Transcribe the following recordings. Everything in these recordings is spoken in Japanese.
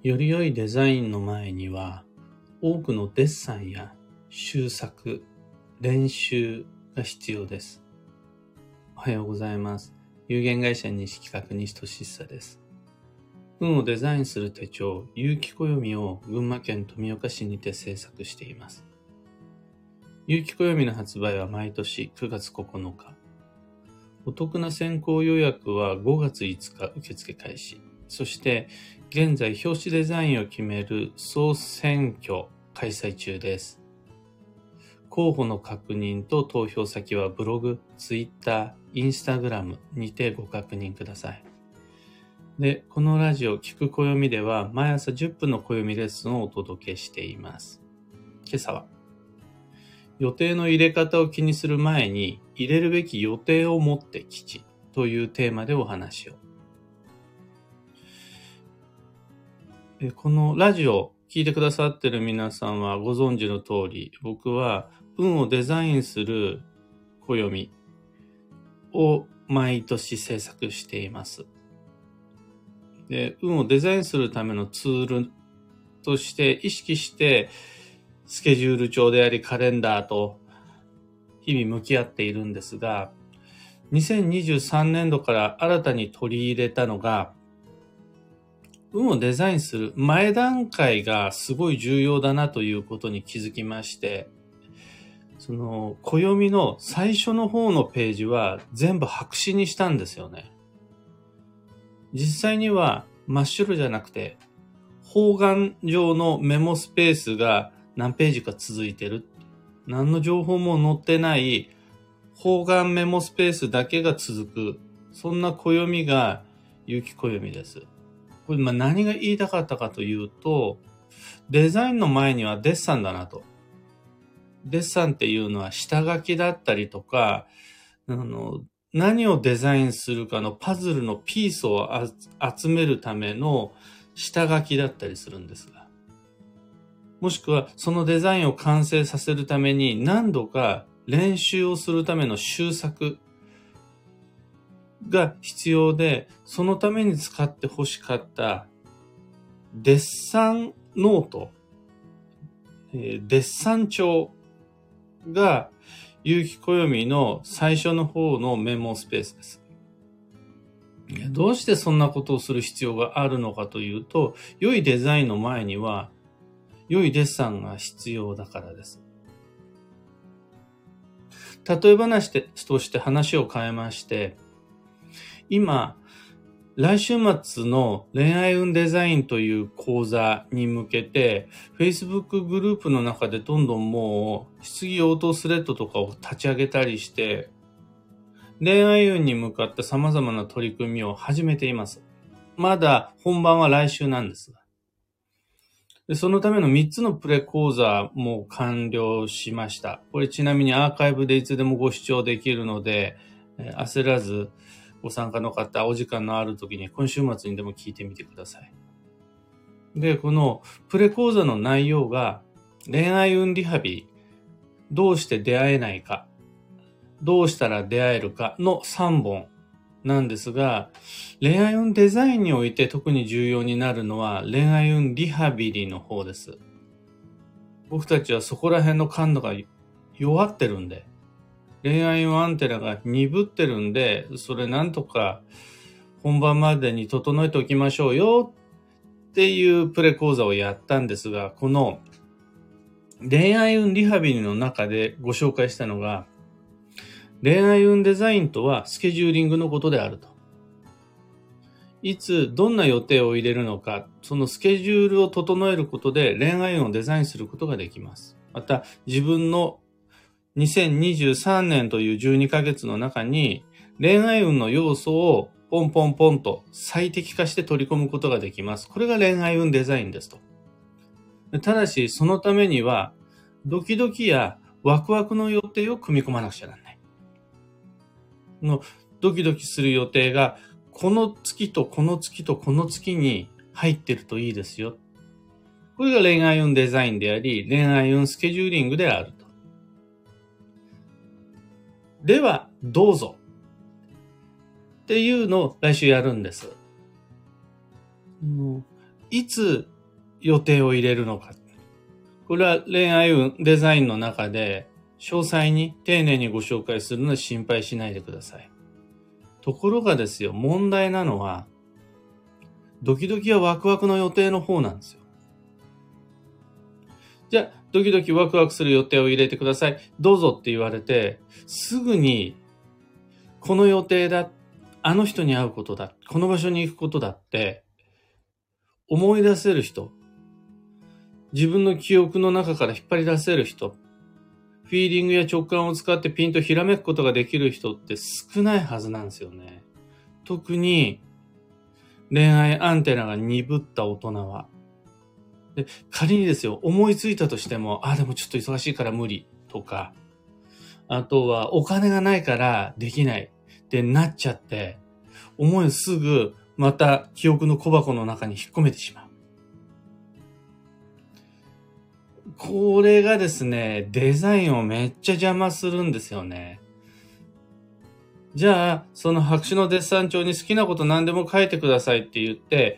より良いデザインの前には、多くのデッサンや修作、練習が必要です。おはようございます。有限会社西企画西俊久です。運をデザインする手帳、有機暦を群馬県富岡市にて制作しています。有機暦の発売は毎年9月9日。お得な先行予約は5月5日受付開始。そして現在表紙デザインを決める総選挙開催中です。候補の確認と投票先はブログ、ツイッター、インスタグラムにてご確認ください。で、このラジオ聞く暦では毎朝10分の暦レッスンをお届けしています。今朝は予定の入れ方を気にする前に入れるべき予定を持って吉というテーマでお話を。このラジオ聞いてくださっている皆さんはご存知の通り、僕は運をデザインする暦を毎年制作しています。で、運をデザインするためのツールとして意識してスケジュール帳でありカレンダーと日々向き合っているんですが、2023年度から新たに取り入れたのが、運をデザインする前段階がすごい重要だなということに気づきまして、その暦の最初の方のページは全部白紙にしたんですよね。実際には真っ白じゃなくて、方眼上のメモスペースが何ページか続いてる。何の情報も載ってない方眼メモスペースだけが続く。そんな暦が有機暦です。これ何が言いたかったかというと、デザインの前にはデッサンだなと。デッサンっていうのは下書きだったりとか、何をデザインするかのパズルのピースを集めるための下書きだったりするんですが、もしくはそのデザインを完成させるために何度か練習をするための修作が必要で、そのために使って欲しかったデッサンノート、デッサン帳が有機暦の最初の方のメモスペースです。どうしてそんなことをする必要があるのかというと、良いデザインの前には良いデッサンが必要だからです。例え話として話を変えまして、今、来週末の恋愛運デザインという講座に向けて、Facebook グループの中でどんどんもう質疑応答スレッドとかを立ち上げたりして、恋愛運に向かった様々な取り組みを始めています。まだ本番は来週なんですが。で、そのための3つのプレ講座も完了しました。これちなみにアーカイブでいつでもご視聴できるので、焦らずご参加の方、お時間のある時に今週末にでも聞いてみてください。で、このプレ講座の内容が恋愛運リハビリ、どうして出会えないか、どうしたら出会えるかの3本なんですが、恋愛運デザインにおいて特に重要になるのは恋愛運リハビリの方です。僕たちはそこら辺の感度が弱ってるんで、恋愛運アンテナが鈍ってるんで、それなんとか本番までに整えておきましょうよっていうプレ講座をやったんですが、この恋愛運リハビリの中でご紹介したのが、恋愛運デザインとはスケジューリングのことであると。いつどんな予定を入れるのか、そのスケジュールを整えることで恋愛運をデザインすることができます。また自分の2023年という12ヶ月の中に恋愛運の要素をポンポンポンと最適化して取り込むことができます。これが恋愛運デザインですと。ただしそのためにはドキドキやワクワクの予定を組み込まなくちゃならない。ドキドキする予定がこの月とこの月とこの月に入ってるといいですよ。これが恋愛運デザインであり、恋愛運スケジューリングであると。では、どうぞ。っていうのを来週やるんです。いつ予定を入れるのか。これは恋愛運デザインの中で詳細に丁寧にご紹介するので心配しないでください。ところがですよ、問題なのは、ドキドキやワクワクの予定の方なんですよ。じゃあ、ドキドキワクワクする予定を入れてください。どうぞって言われて、すぐに、この予定だ、あの人に会うことだ、この場所に行くことだって、思い出せる人、自分の記憶の中から引っ張り出せる人、フィーリングや直感を使ってピンとひらめくことができる人って少ないはずなんですよね。特に恋愛アンテナが鈍った大人は。で、仮にですよ、思いついたとしても、でもちょっと忙しいから無理とか、あとはお金がないからできないってなっちゃって、思いすぐまた記憶の小箱の中に引っ込めてしまう。これがですね、デザインをめっちゃ邪魔するんですよね。じゃあ、その白紙のデッサン帳に好きなこと何でも書いてくださいって言って、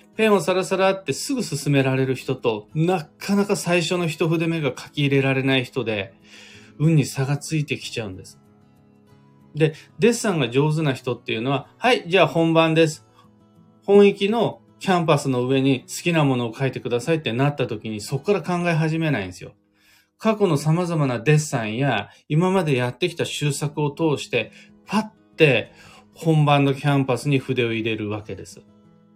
ペンをサラサラってすぐ進められる人と、なかなか最初の一筆目が書き入れられない人で、運に差がついてきちゃうんです。で、デッサンが上手な人っていうのは、はい、じゃあ本番です。本域のキャンパスの上に好きなものを書いてくださいってなった時に、そこから考え始めないんですよ。過去の様々なデッサンや今までやってきた修作を通して、パッて本番のキャンパスに筆を入れるわけです。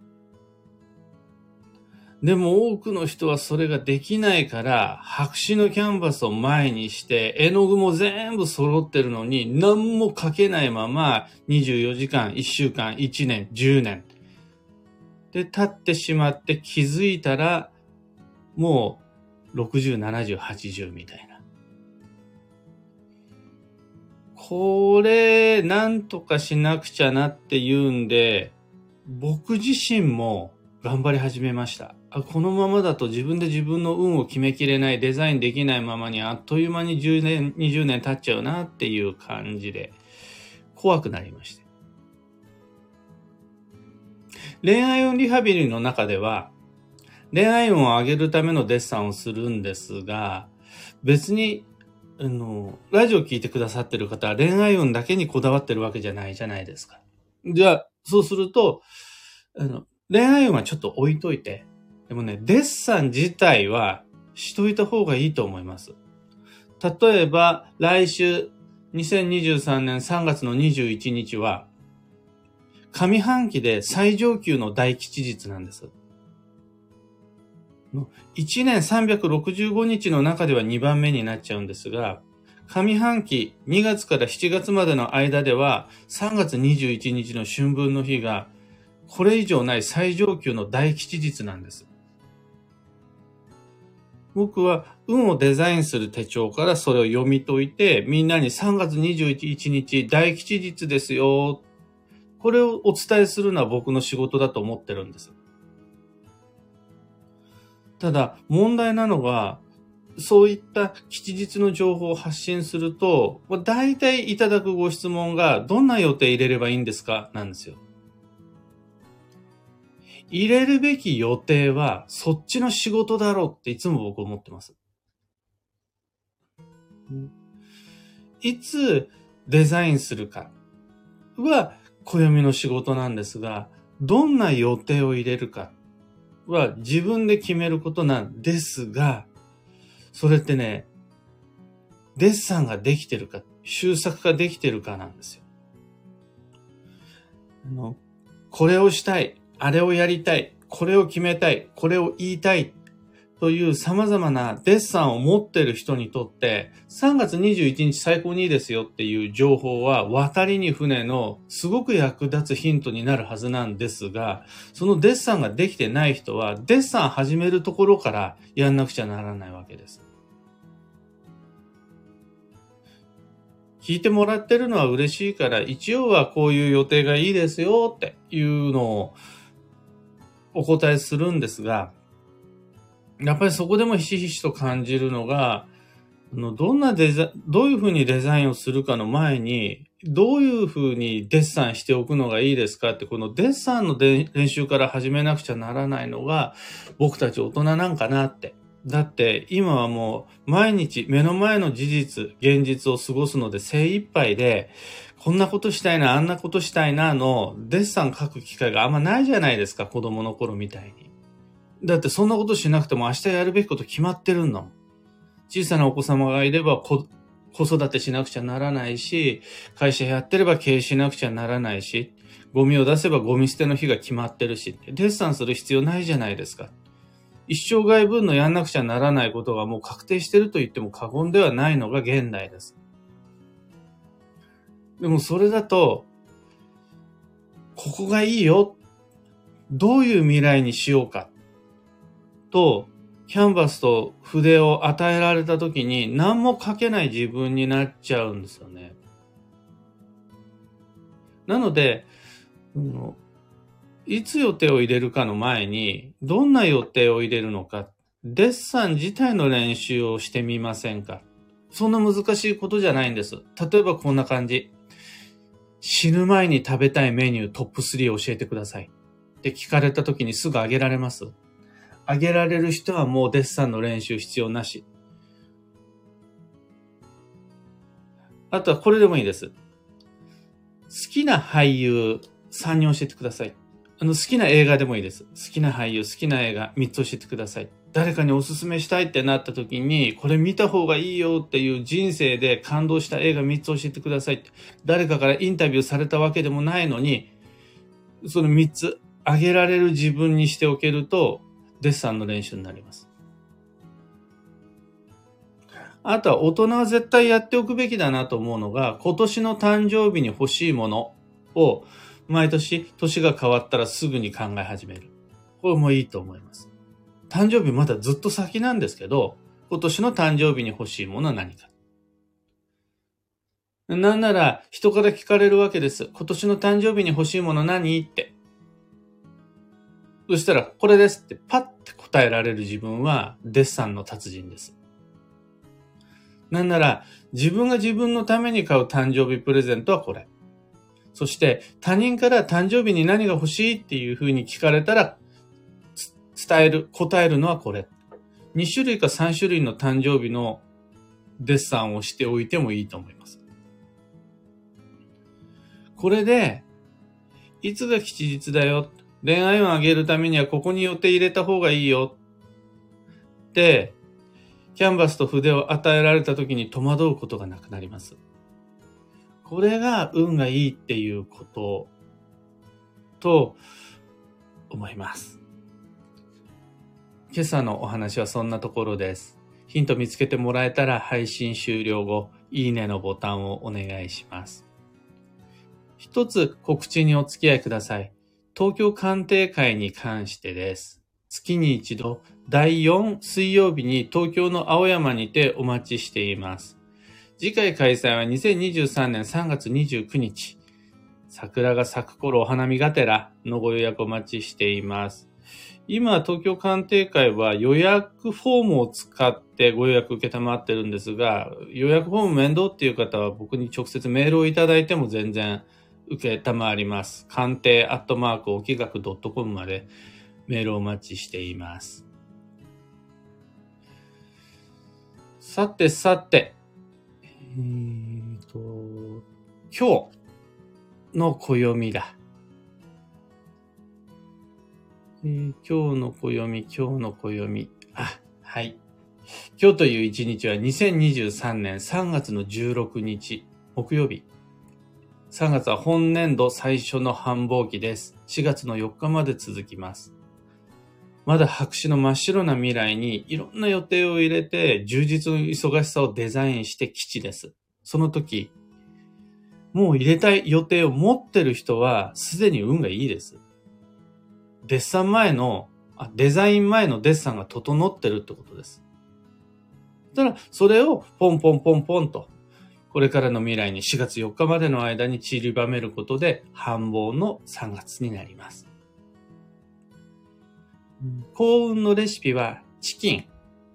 でも多くの人はそれができないから、白紙のキャンバスを前にして、絵の具も全部揃ってるのに、何も描けないまま、24時間、1週間、1年、10年。で、経ってしまって気づいたら、もう、60、70、80みたいな。これ、なんとかしなくちゃなって言うんで、僕自身も頑張り始めました。このままだと自分で自分の運を決めきれない、デザインできないままにあっという間に10年、20年経っちゃうなっていう感じで、怖くなりました。恋愛運リハビリの中では、恋愛運を上げるためのデッサンをするんですが、別に、ラジオ聞いてくださってる方は恋愛運だけにこだわってるわけじゃないじゃないですか。じゃあ、そうすると、恋愛運はちょっと置いといて、でもね、デッサン自体はしといた方がいいと思います。例えば、来週、2023年3月の21日は、上半期で最上級の大吉日なんです。1年365日の中では2番目になっちゃうんですが、上半期2月から7月までの間では3月21日の春分の日がこれ以上ない最上級の大吉日なんです。僕は運をデザインする手帳からそれを読み解いてみんなに3月21日大吉日ですよ。これをお伝えするのは僕の仕事だと思ってるんです。ただ問題なのはそういった吉日の情報を発信すると大体いただくご質問がどんな予定入れればいいんですかなんですよ。入れるべき予定はそっちの仕事だろうっていつも僕思ってます。いつデザインするかは暦の仕事なんですが、どんな予定を入れるかは自分で決めることなんですが、それってね、デッサンができてるか、修作ができてるかなんですよ。これをしたい、あれをやりたい、これを決めたい、これを言いたいという様々なデッサンを持っている人にとって3月21日最高にいいですよっていう情報は渡りに船のすごく役立つヒントになるはずなんですが、そのデッサンができてない人はデッサン始めるところからやんなくちゃならないわけです。聞いてもらってるのは嬉しいから一応はこういう予定がいいですよっていうのをお答えするんですが、やっぱりそこでもひしひしと感じるのが、どういうふうにデザインをするかの前に、 どういうふうにデッサンしておくのがいいですかって、このデッサンの練習から始めなくちゃならないのが僕たち大人なんかなって。だって今はもう毎日目の前の事実、現実を過ごすので精一杯で、こんなことしたいな、あんなことしたいなのデッサン書く機会があんまないじゃないですか、子供の頃みたいに。だってそんなことしなくても明日やるべきこと決まってるんだもん。小さなお子様がいれば子育てしなくちゃならないし、会社やってれば経営しなくちゃならないし、ゴミを出せばゴミ捨ての日が決まってるし、デッサンする必要ないじゃないですか。一生涯分のやんなくちゃならないことがもう確定してると言っても過言ではないのが現代です。でもそれだと、ここがいいよ。どういう未来にしようか。と、キャンバスと筆を与えられたときに何も書けない自分になっちゃうんですよね。なので、いつ予定を入れるかの前に、どんな予定を入れるのか、デッサン自体の練習をしてみませんか。そんな難しいことじゃないんです。例えばこんな感じ。死ぬ前に食べたいメニュートップ3を教えてください。って聞かれた時にすぐあげられます？あげられる人はもうデッサンの練習必要なし。あとはこれでもいいです。好きな俳優3人教えてください。好きな映画でもいいです。好きな俳優、好きな映画3つ教えてください。誰かにおすすめしたいってなった時に、これ見た方がいいよっていう人生で感動した映画3つ教えてくださいって。誰かからインタビューされたわけでもないのに、その3つあげられる自分にしておけると、デッサンの練習になります。あとは大人は絶対やっておくべきだなと思うのが、今年の誕生日に欲しいものを毎年、年が変わったらすぐに考え始める。これもいいと思います。誕生日まだずっと先なんですけど、今年の誕生日に欲しいものは何か。なんなら人から聞かれるわけです。今年の誕生日に欲しいもの何って。そしたら、これですってパッて答えられる自分はデッサンの達人です。なんなら、自分が自分のために買う誕生日プレゼントはこれ。そして他人から誕生日に何が欲しいっていうふうに聞かれたら答えるのはこれ。2種類か3種類の誕生日のデッサンをしておいてもいいと思います。これで、いつが吉日だよ。恋愛運を上げるためにはここに予定入れた方がいいよ。って、キャンバスと筆を与えられた時に戸惑うことがなくなります。これが運がいいっていうことと思います。今朝のお話はそんなところです。ヒント見つけてもらえたら配信終了後、いいねのボタンをお願いします。一つ告知にお付き合いください。東京鑑定会に関してです。月に一度、第4水曜日に東京の青山にてお待ちしています。次回開催は2023年3月29日。桜が咲く頃お花見がてらのご予約お待ちしています。今、東京鑑定会は予約フォームを使ってご予約受けたまってるんですが、予約フォーム面倒っていう方は僕に直接メールをいただいても全然受けたまわります。鑑定@おきがく .com までメールをお待ちしています。さて、今日の暦だ。今日の暦。はい。今日という一日は2023年3月の16日、木曜日。3月は本年度最初の繁忙期です。4月の4日まで続きます。まだ白紙の真っ白な未来にいろんな予定を入れて充実の忙しさをデザインして基地です。その時、もう入れたい予定を持ってる人はすでに運がいいです。デザイン前のデッサンが整ってるってことです。ただ、それをポンポンと、これからの未来に4月4日までの間に散りばめることで繁忙の3月になります。幸運のレシピはチキン。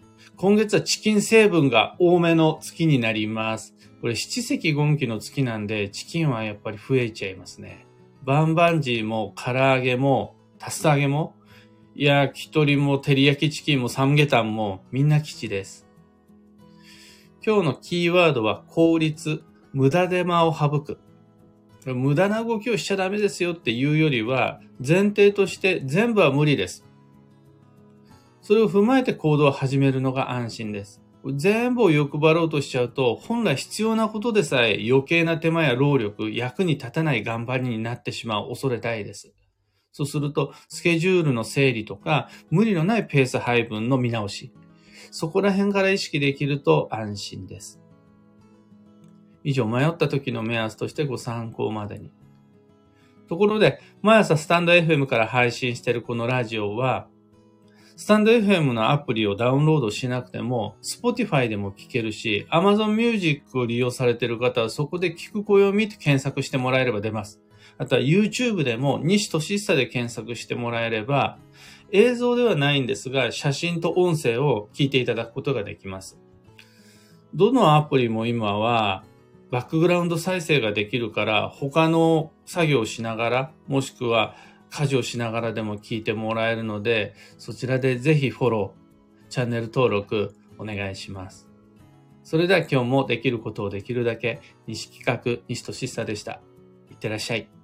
今月はチキン成分が多めの月になります。これ七石金木の月なんで、チキンはやっぱり増えちゃいますね。バンバンジーも唐揚げもタス揚げも焼き鳥も照り焼きチキンもサムゲタンもみんな吉です。今日のキーワードは効率、無駄手間を省く。無駄な動きをしちゃダメですよっていうよりは、前提として全部は無理です。それを踏まえて行動を始めるのが安心です。全部を欲張ろうとしちゃうと、本来必要なことでさえ余計な手間や労力、役に立たない頑張りになってしまう恐れ大です。そうすると、スケジュールの整理とか、無理のないペース配分の見直し。そこら辺から意識できると安心です。以上、迷った時の目安としてご参考までに。ところで、毎朝スタンド FM から配信しているこのラジオは、スタンド FM のアプリをダウンロードしなくても、Spotify でも聞けるし、Amazon Music を利用されている方はそこで聞く暦って検索してもらえれば出ます。あとは YouTube でも西俊久で検索してもらえれば、映像ではないんですが、写真と音声を聞いていただくことができます。どのアプリも今はバックグラウンド再生ができるから、他の作業をしながら、もしくは家事をしながらでも聞いてもらえるので、そちらでぜひフォロー、チャンネル登録お願いします。それでは今日もできることをできるだけ、西企画、西俊久でした。いってらっしゃい。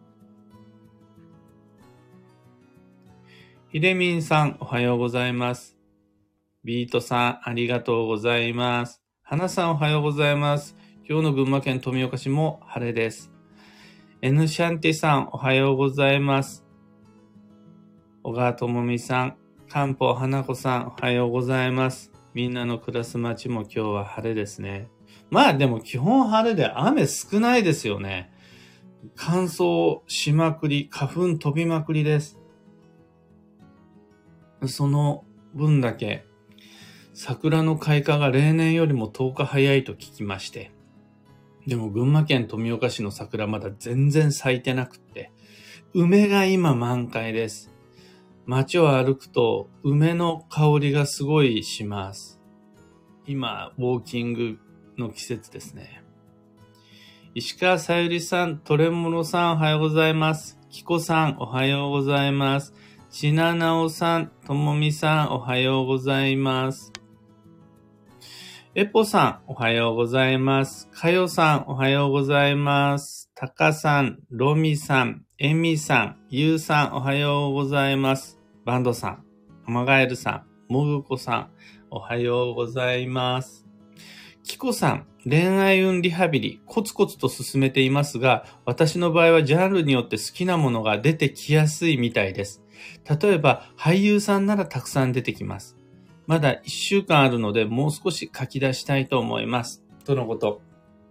ひでみんさん、おはようございます。ビートさん、ありがとうございます。はなさん、おはようございます。今日の群馬県富岡市も晴れです。N シャンティさん、おはようございます。小川智美さん、漢方花子さん、おはようございます。みんなの暮らす街も今日は晴れですね。まあでも基本晴れで雨少ないですよね。乾燥しまくり、花粉飛びまくりです。その分だけ桜の開花が例年よりも10日早いと聞きまして。でも群馬県富岡市の桜まだ全然咲いてなくって、梅が今満開です。街を歩くと梅の香りがすごいします。今、ウォーキングの季節ですね。石川さゆりさん、トレモロさんおはようございます。キコさんおはようございます。ちななおさん、ともみさんおはようございます。エポさんおはようございます。かよさんおはようございます。たかさん、ろみさん、えみさん、ゆうさんおはようございます。バンドさん、アマガエルさん、もぐこさんおはようございます。キコさん、恋愛運リハビリ、コツコツと進めていますが、私の場合はジャンルによって好きなものが出てきやすいみたいです。例えば、俳優さんならたくさん出てきます。まだ1週間あるので、もう少し書き出したいと思います。とのこと。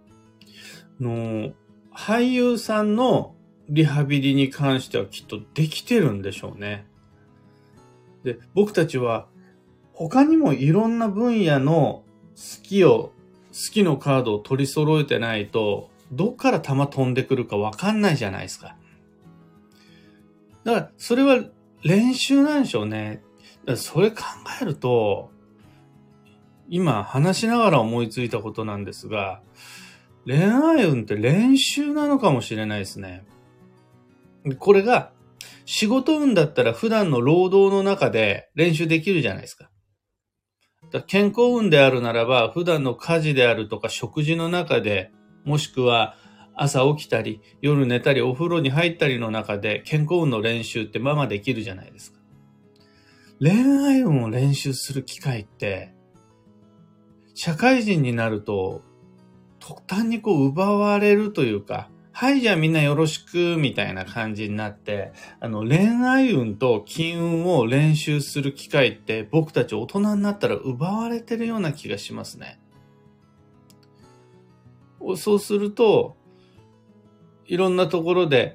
俳優さんのリハビリに関してはきっとできてるんでしょうね。で、僕たちは他にもいろんな分野の好きのカードを取り揃えてないと、どっから球飛んでくるかわかんないじゃないですか。だから、それは練習なんでしょうね。だからそれ考えると、今話しながら思いついたことなんですが、恋愛運って練習なのかもしれないですね。これが仕事運だったら普段の労働の中で練習できるじゃないですか。だから健康運であるならば、普段の家事であるとか食事の中で、もしくは朝起きたり、夜寝たり、お風呂に入ったりの中で、健康運の練習ってままできるじゃないですか。恋愛運を練習する機会って、社会人になると、途端に奪われるというか、はいじゃあみんなよろしくみたいな感じになって、恋愛運と金運を練習する機会って僕たち大人になったら奪われてるような気がしますね。そうすると、いろんなところで、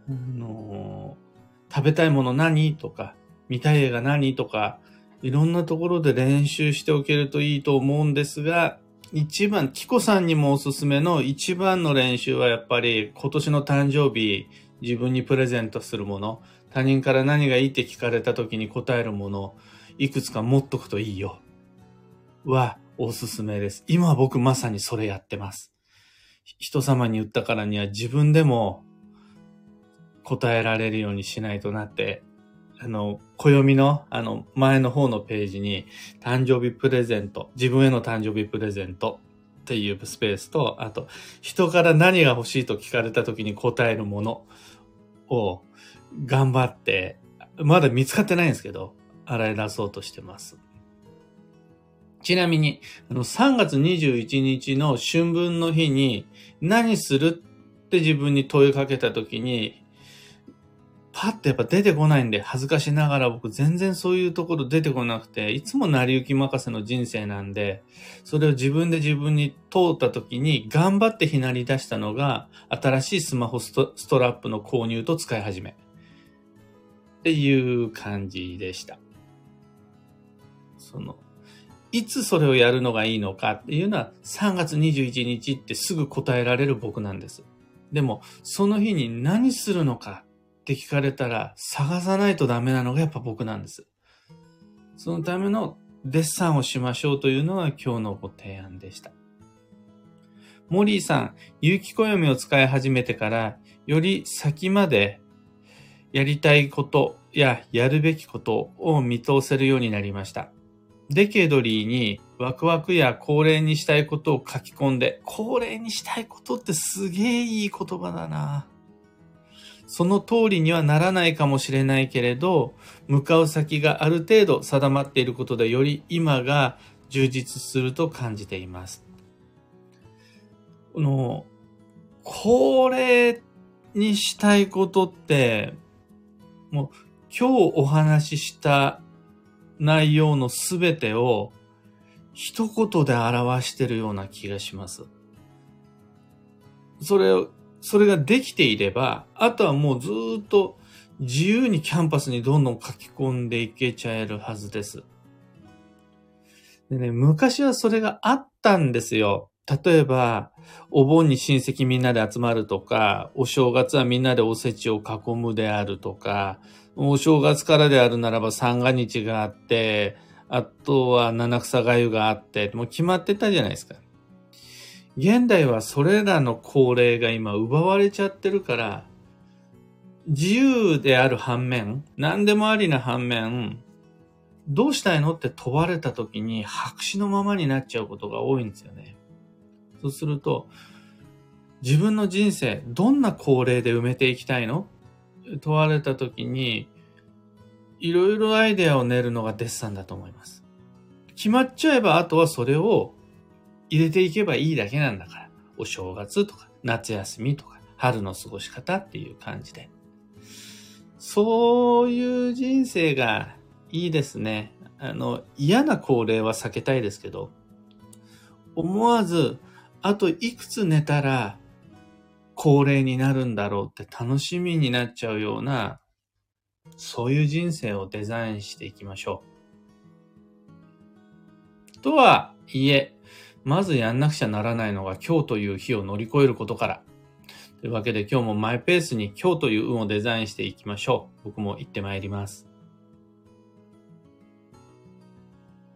食べたいもの何とか、見たい映画何とか、いろんなところで練習しておけるといいと思うんですが、キコさんにもおすすめの一番の練習はやっぱり今年の誕生日、自分にプレゼントするもの、他人から何がいいって聞かれた時に答えるもの、いくつか持っとくといいよ。 はおすすめです。今僕まさにそれやってます。人様に言ったからには自分でも答えられるようにしないとなって、暦の前の方のページに誕生日プレゼント、自分への誕生日プレゼントっていうスペースと、あと人から何が欲しいと聞かれた時に答えるものを頑張って、まだ見つかってないんですけど、洗い出そうとしてます。ちなみに、3月21日の春分の日に何するって自分に問いかけた時に、パッとやっぱ出てこないんで、恥ずかしながら僕全然そういうところ出てこなくて、いつも成り行き任せの人生なんで、それを自分で自分に問った時に頑張ってひなり出したのが、新しいスマホストラップの購入と使い始め。っていう感じでした。いつそれをやるのがいいのかっていうのは3月21日ってすぐ答えられる僕なんです。でも、その日に何するのかって聞かれたら探さないとダメなのがやっぱ僕なんです。そのためのデッサンをしましょうというのが今日のご提案でした。モリーさん、有機暦を使い始めてからより先までやりたいことややるべきことを見通せるようになりました。デケドリーにワクワクや恒例にしたいことを書き込んで、恒例にしたいことってすげえいい言葉だな。その通りにはならないかもしれないけれど、向かう先がある程度定まっていることでより今が充実すると感じています。恒例にしたいことって、もう今日お話しした内容のすべてを一言で表しているような気がします。それができていれば、あとはもうずっと自由にキャンパスにどんどん書き込んでいけちゃえるはずです。でね、昔はそれがあったんですよ。例えば、お盆に親戚みんなで集まるとか、お正月はみんなでおせちを囲むであるとか、お正月からであるならば三が日があって、あとは七草がゆがあって、もう決まってたじゃないですか。現代はそれらの恒例が今奪われちゃってるから、自由である反面、何でもありな反面、どうしたいのって問われた時に白紙のままになっちゃうことが多いんですよね。そうすると、自分の人生、どんな恒例で埋めていきたいの？問われた時に、いろいろアイデアを練るのがデッサンだと思います。決まっちゃえば、あとはそれを入れていけばいいだけなんだから。お正月とか、夏休みとか、春の過ごし方っていう感じで。そういう人生がいいですね。嫌な恒例は避けたいですけど、思わず、あといくつ寝たら恒例になるんだろうって楽しみになっちゃうような、そういう人生をデザインしていきましょう。とはいえ、まずやんなくちゃならないのが今日という日を乗り越えることから。というわけで今日もマイペースに今日という運をデザインしていきましょう。僕も行ってまいります。